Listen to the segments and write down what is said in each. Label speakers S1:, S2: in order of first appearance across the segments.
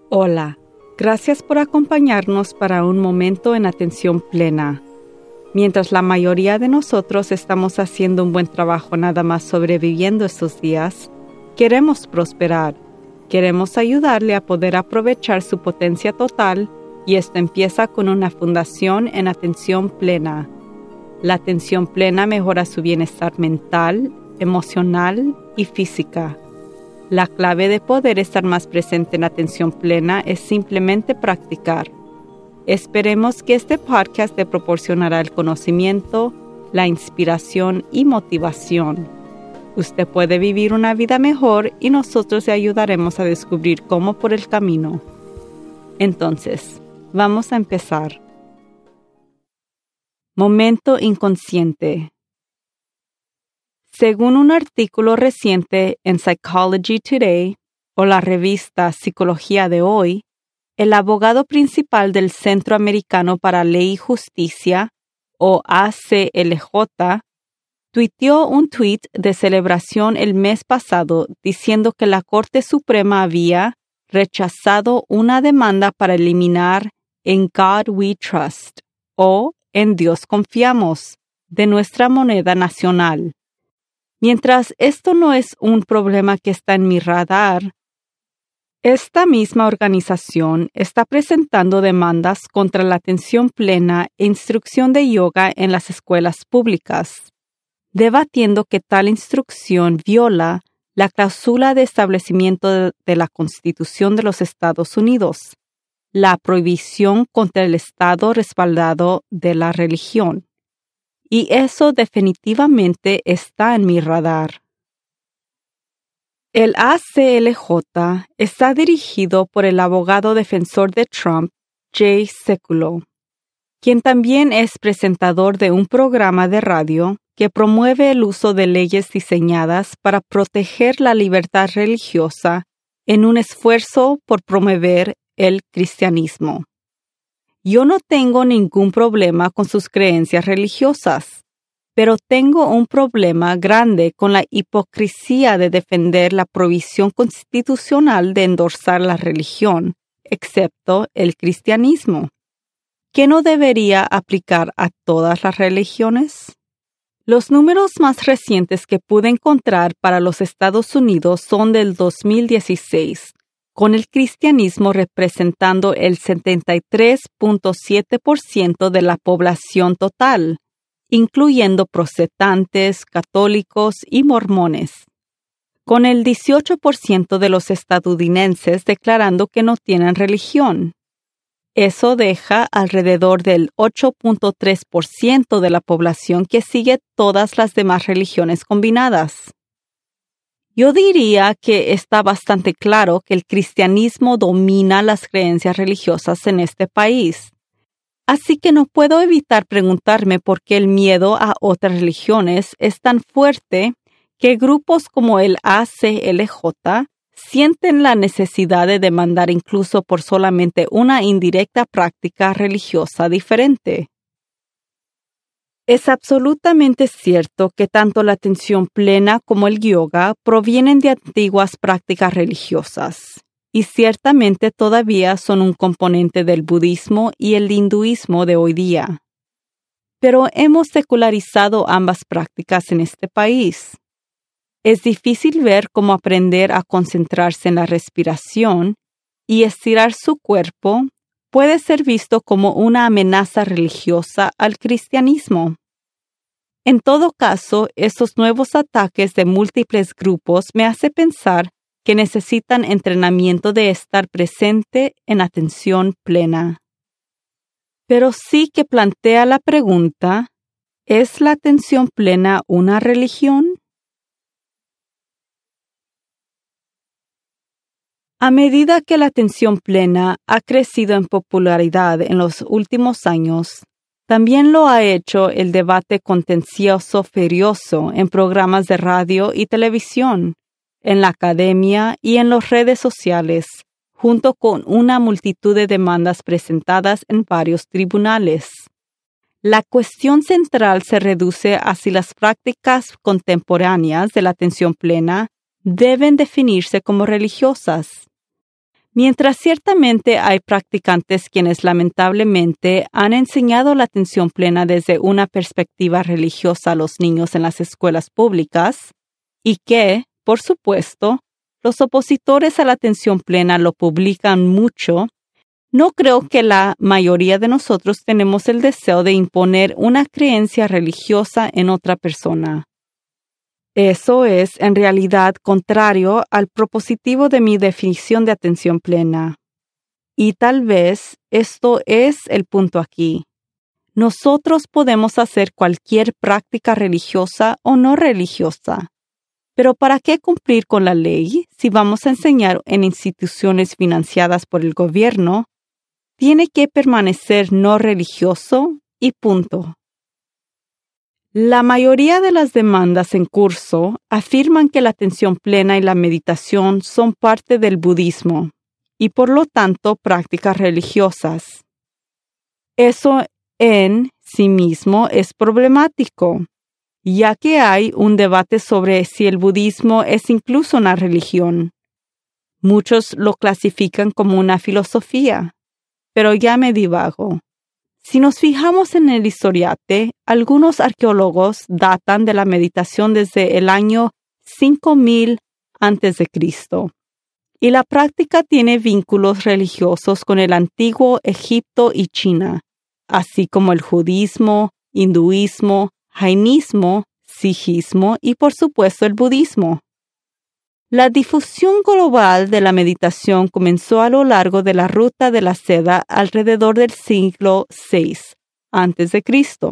S1: Hola, gracias por acompañarnos para un momento en atención plena. Mientras la mayoría de nosotros estamos haciendo un buen trabajo nada más sobreviviendo estos días, queremos prosperar. Queremos ayudarle a poder aprovechar su potencia total y esto empieza con una fundación en atención plena. La atención plena mejora su bienestar mental, emocional y física. La clave de poder estar más presente en atención plena es simplemente practicar. Esperemos que este podcast le proporcionará el conocimiento, la inspiración y motivación. Usted puede vivir una vida mejor y nosotros le ayudaremos a descubrir cómo por el camino. Entonces, vamos a empezar. Momento inconsciente. Según un artículo reciente en Psychology Today o la revista Psicología de Hoy, el abogado principal del Centro Americano para Ley y Justicia, o ACLJ, tuiteó un tuit de celebración el mes pasado diciendo que la Corte Suprema había rechazado una demanda para eliminar "In God We Trust" o "En Dios Confiamos" de nuestra moneda nacional. Mientras esto no es un problema que está en mi radar, esta misma organización está presentando demandas contra la atención plena e instrucción de yoga en las escuelas públicas, debatiendo que tal instrucción viola la cláusula de establecimiento de la Constitución de los Estados Unidos, la prohibición contra el Estado respaldado de la religión. Y eso definitivamente está en mi radar. El ACLJ está dirigido por el abogado defensor de Trump, Jay Sekulow, quien también es presentador de un programa de radio que promueve el uso de leyes diseñadas para proteger la libertad religiosa en un esfuerzo por promover el cristianismo. Yo no tengo ningún problema con sus creencias religiosas, pero tengo un problema grande con la hipocresía de defender la provisión constitucional de endorsar la religión, excepto el cristianismo, que no debería aplicar a todas las religiones. Los números más recientes que pude encontrar para los Estados Unidos son del 2016, con el cristianismo representando el 73.7% de la población total, incluyendo protestantes, católicos y mormones, con el 18% de los estadounidenses declarando que no tienen religión. Eso deja alrededor del 8.3% de la población que sigue todas las demás religiones combinadas. Yo diría que está bastante claro que el cristianismo domina las creencias religiosas en este país. Así que no puedo evitar preguntarme por qué el miedo a otras religiones es tan fuerte que grupos como el ACLJ sienten la necesidad de demandar incluso por solamente una indirecta práctica religiosa diferente. Es absolutamente cierto que tanto la atención plena como el yoga provienen de antiguas prácticas religiosas, y ciertamente todavía son un componente del budismo y el hinduismo de hoy día. Pero hemos secularizado ambas prácticas en este país. Es difícil ver cómo aprender a concentrarse en la respiración y estirar su cuerpo puede ser visto como una amenaza religiosa al cristianismo. En todo caso, estos nuevos ataques de múltiples grupos me hacen pensar que necesitan entrenamiento de estar presente en atención plena. Pero sí que plantea la pregunta, ¿es la atención plena una religión? A medida que la atención plena ha crecido en popularidad en los últimos años, también lo ha hecho el debate contencioso furioso en programas de radio y televisión, en la academia y en las redes sociales, junto con una multitud de demandas presentadas en varios tribunales. La cuestión central se reduce a si las prácticas contemporáneas de la atención plena deben definirse como religiosas. Mientras ciertamente hay practicantes quienes lamentablemente han enseñado la atención plena desde una perspectiva religiosa a los niños en las escuelas públicas, y que, por supuesto, los opositores a la atención plena lo publican mucho, no creo que la mayoría de nosotros tenemos el deseo de imponer una creencia religiosa en otra persona. Eso es, en realidad, contrario al propositivo de mi definición de atención plena. Y tal vez esto es el punto aquí. Nosotros podemos hacer cualquier práctica religiosa o no religiosa. Pero ¿para qué cumplir con la ley si vamos a enseñar en instituciones financiadas por el gobierno? Tiene que permanecer no religioso y punto. La mayoría de las demandas en curso afirman que la atención plena y la meditación son parte del budismo y por lo tanto prácticas religiosas. Eso en sí mismo es problemático, ya que hay un debate sobre si el budismo es incluso una religión. Muchos lo clasifican como una filosofía, pero ya me divago. Si nos fijamos en el historiate, algunos arqueólogos datan de la meditación desde el año 5000 a.C. y la práctica tiene vínculos religiosos con el antiguo Egipto y China, así como el judismo, hinduismo, jainismo, sijismo y por supuesto el budismo. La difusión global de la meditación comenzó a lo largo de la ruta de la seda alrededor del siglo VI a.C.,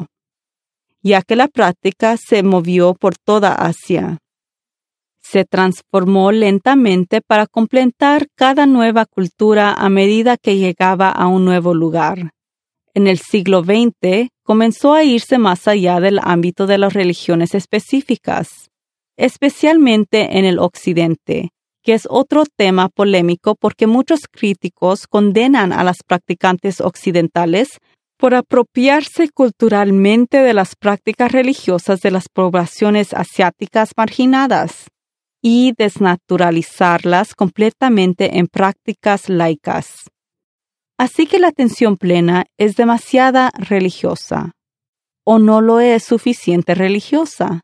S1: ya que la práctica se movió por toda Asia. Se transformó lentamente para completar cada nueva cultura a medida que llegaba a un nuevo lugar. En el siglo XX comenzó a irse más allá del ámbito de las religiones específicas, especialmente en el Occidente, que es otro tema polémico porque muchos críticos condenan a las practicantes occidentales por apropiarse culturalmente de las prácticas religiosas de las poblaciones asiáticas marginadas y desnaturalizarlas completamente en prácticas laicas. Así que la atención plena es demasiada religiosa, o no lo es suficiente religiosa.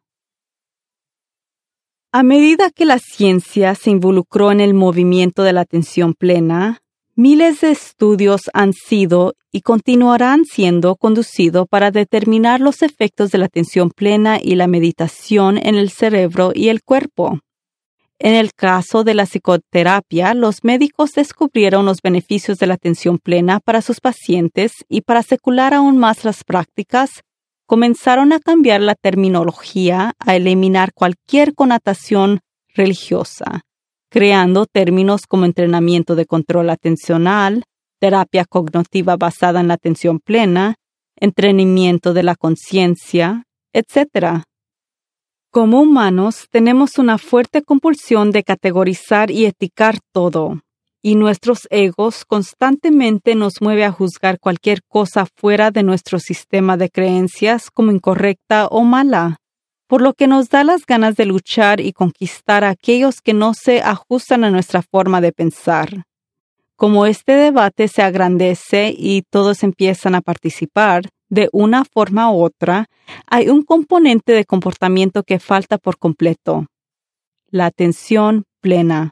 S1: A medida que la ciencia se involucró en el movimiento de la atención plena, miles de estudios han sido y continuarán siendo conducidos para determinar los efectos de la atención plena y la meditación en el cerebro y el cuerpo. En el caso de la psicoterapia, los médicos descubrieron los beneficios de la atención plena para sus pacientes y para secular aún más las prácticas, comenzaron a cambiar la terminología, a eliminar cualquier connotación religiosa, creando términos como entrenamiento de control atencional, terapia cognitiva basada en la atención plena, entrenamiento de la conciencia, etc. Como humanos, tenemos una fuerte compulsión de categorizar y etiquetar todo, y nuestros egos constantemente nos mueve a juzgar cualquier cosa fuera de nuestro sistema de creencias como incorrecta o mala, por lo que nos da las ganas de luchar y conquistar a aquellos que no se ajustan a nuestra forma de pensar. Como este debate se agrandece y todos empiezan a participar, de una forma u otra, hay un componente de comportamiento que falta por completo: la atención plena.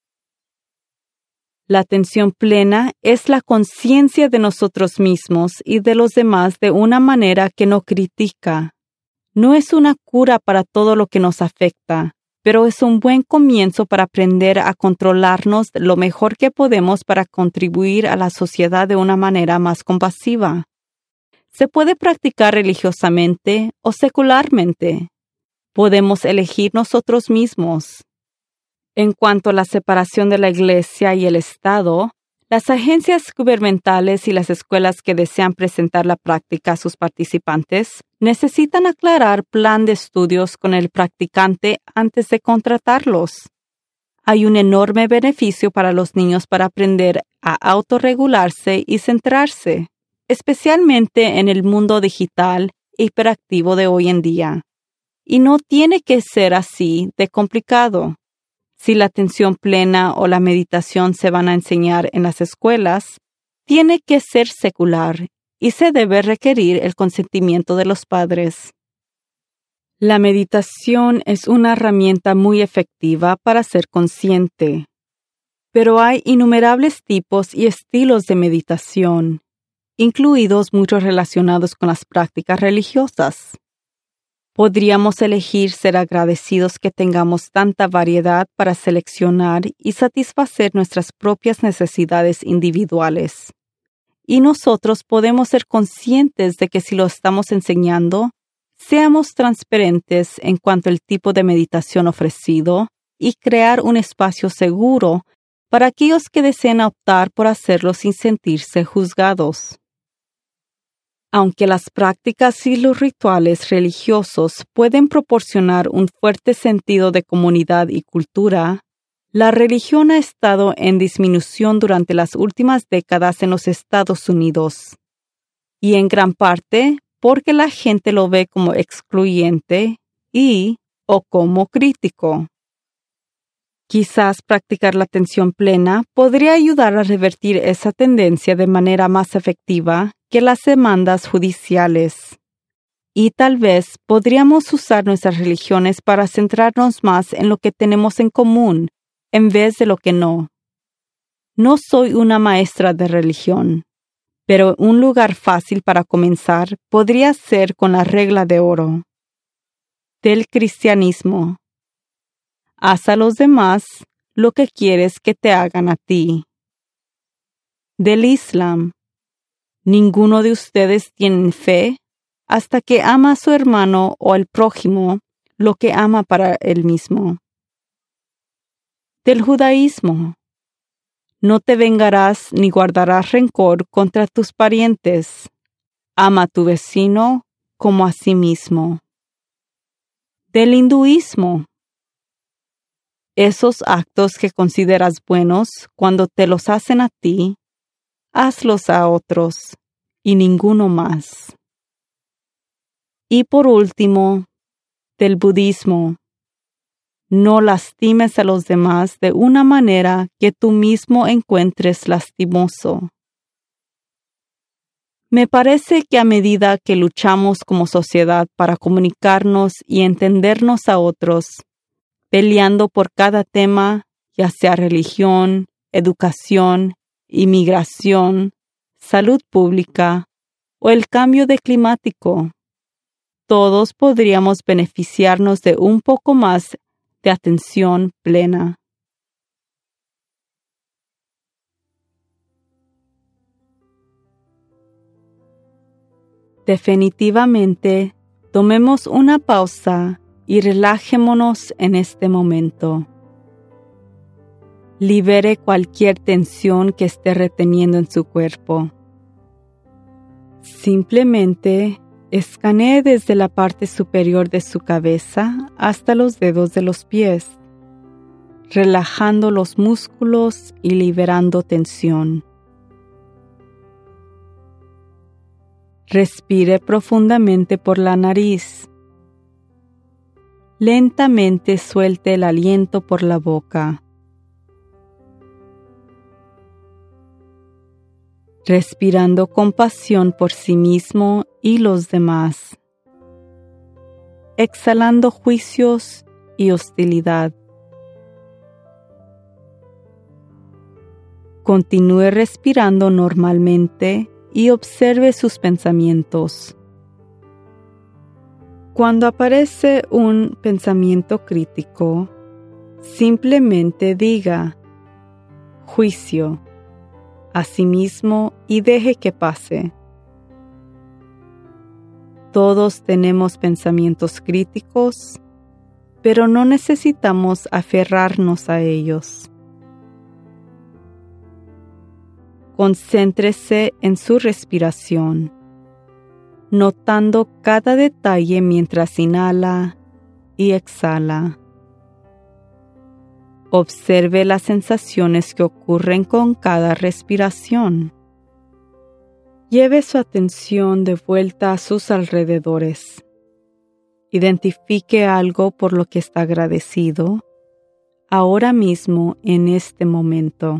S1: La atención plena es la conciencia de nosotros mismos y de los demás de una manera que no critica. No es una cura para todo lo que nos afecta, pero es un buen comienzo para aprender a controlarnos lo mejor que podemos para contribuir a la sociedad de una manera más compasiva. Se puede practicar religiosamente o secularmente. Podemos elegir nosotros mismos. En cuanto a la separación de la Iglesia y el Estado, las agencias gubernamentales y las escuelas que desean presentar la práctica a sus participantes necesitan aclarar plan de estudios con el practicante antes de contratarlos. Hay un enorme beneficio para los niños para aprender a autorregularse y centrarse, especialmente en el mundo digital e hiperactivo de hoy en día. Y no tiene que ser así de complicado. Si la atención plena o la meditación se van a enseñar en las escuelas, tiene que ser secular y se debe requerir el consentimiento de los padres. La meditación es una herramienta muy efectiva para ser consciente, pero hay innumerables tipos y estilos de meditación, incluidos muchos relacionados con las prácticas religiosas. Podríamos elegir ser agradecidos que tengamos tanta variedad para seleccionar y satisfacer nuestras propias necesidades individuales. Y nosotros podemos ser conscientes de que si lo estamos enseñando, seamos transparentes en cuanto al tipo de meditación ofrecido y crear un espacio seguro para aquellos que deseen optar por hacerlo sin sentirse juzgados. Aunque las prácticas y los rituales religiosos pueden proporcionar un fuerte sentido de comunidad y cultura, la religión ha estado en disminución durante las últimas décadas en los Estados Unidos, y en gran parte porque la gente lo ve como excluyente o como crítico. Quizás practicar la atención plena podría ayudar a revertir esa tendencia de manera más efectiva que las demandas judiciales. Y tal vez podríamos usar nuestras religiones para centrarnos más en lo que tenemos en común, en vez de lo que no. No soy una maestra de religión, pero un lugar fácil para comenzar podría ser con la regla de oro del cristianismo. Haz a los demás lo que quieres que te hagan a ti. Del Islam. Ninguno de ustedes tiene fe hasta que ama a su hermano o al prójimo lo que ama para él mismo. Del judaísmo. No te vengarás ni guardarás rencor contra tus parientes. Ama a tu vecino como a sí mismo. Del hinduismo. Esos actos que consideras buenos cuando te los hacen a ti, hazlos a otros y ninguno más. Y por último, del budismo. No lastimes a los demás de una manera que tú mismo encuentres lastimoso. Me parece que a medida que luchamos como sociedad para comunicarnos y entendernos a otros, peleando por cada tema, ya sea religión, educación, inmigración, salud pública o el cambio climático, todos podríamos beneficiarnos de un poco más de atención plena. Definitivamente, tomemos una pausa y relajémonos en este momento. Libere cualquier tensión que esté reteniendo en su cuerpo. Simplemente escanee desde la parte superior de su cabeza hasta los dedos de los pies, relajando los músculos y liberando tensión. Respire profundamente por la nariz. Lentamente suelte el aliento por la boca. Respirando compasión por sí mismo y los demás. Exhalando juicios y hostilidad. Continúe respirando normalmente y observe sus pensamientos. Cuando aparece un pensamiento crítico, simplemente diga juicio a sí mismo y deje que pase. Todos tenemos pensamientos críticos, pero no necesitamos aferrarnos a ellos. Concéntrese en su respiración, notando cada detalle mientras inhala y exhala. Observe las sensaciones que ocurren con cada respiración. Lleve su atención de vuelta a sus alrededores. Identifique algo por lo que está agradecido, ahora mismo, en este momento.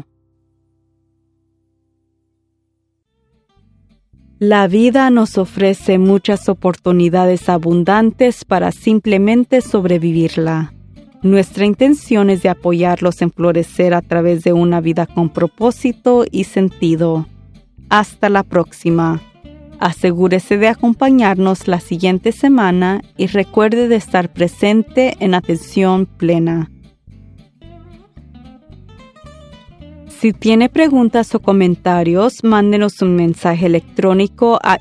S1: La vida nos ofrece muchas oportunidades abundantes para simplemente sobrevivirla. Nuestra intención es de apoyarlos en florecer a través de una vida con propósito y sentido. Hasta la próxima. Asegúrese de acompañarnos la siguiente semana y recuerde de estar presente en atención plena. Si tiene preguntas o comentarios, mándenos un mensaje electrónico a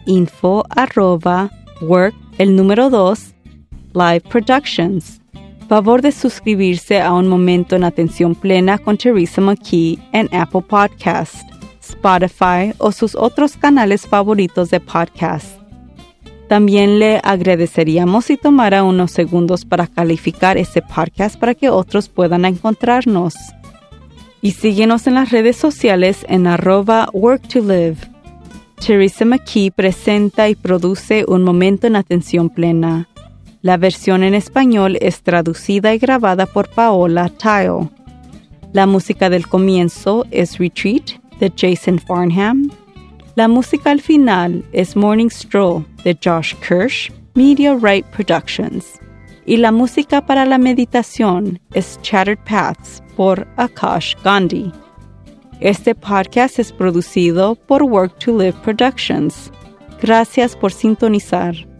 S1: info@work2live productions. Favor de suscribirse a Un Momento en Atención Plena con Teresa McKee en Apple Podcast, Spotify o sus otros canales favoritos de podcast. También le agradeceríamos si tomara unos segundos para calificar este podcast para que otros puedan encontrarnos. Y síguenos en las redes sociales en @work2live. Teresa McKee presenta y produce Un Momento en Atención Plena. La versión en español es traducida y grabada por Paola Tile. La música del comienzo es Retreat de Jason Farnham. La música al final es Morning Stroll de Josh Kirsch, Media Right Productions. Y la música para la meditación es Shattered Paths por Akash Gandhi. Este podcast es producido por Work2Live Productions. Gracias por sintonizar.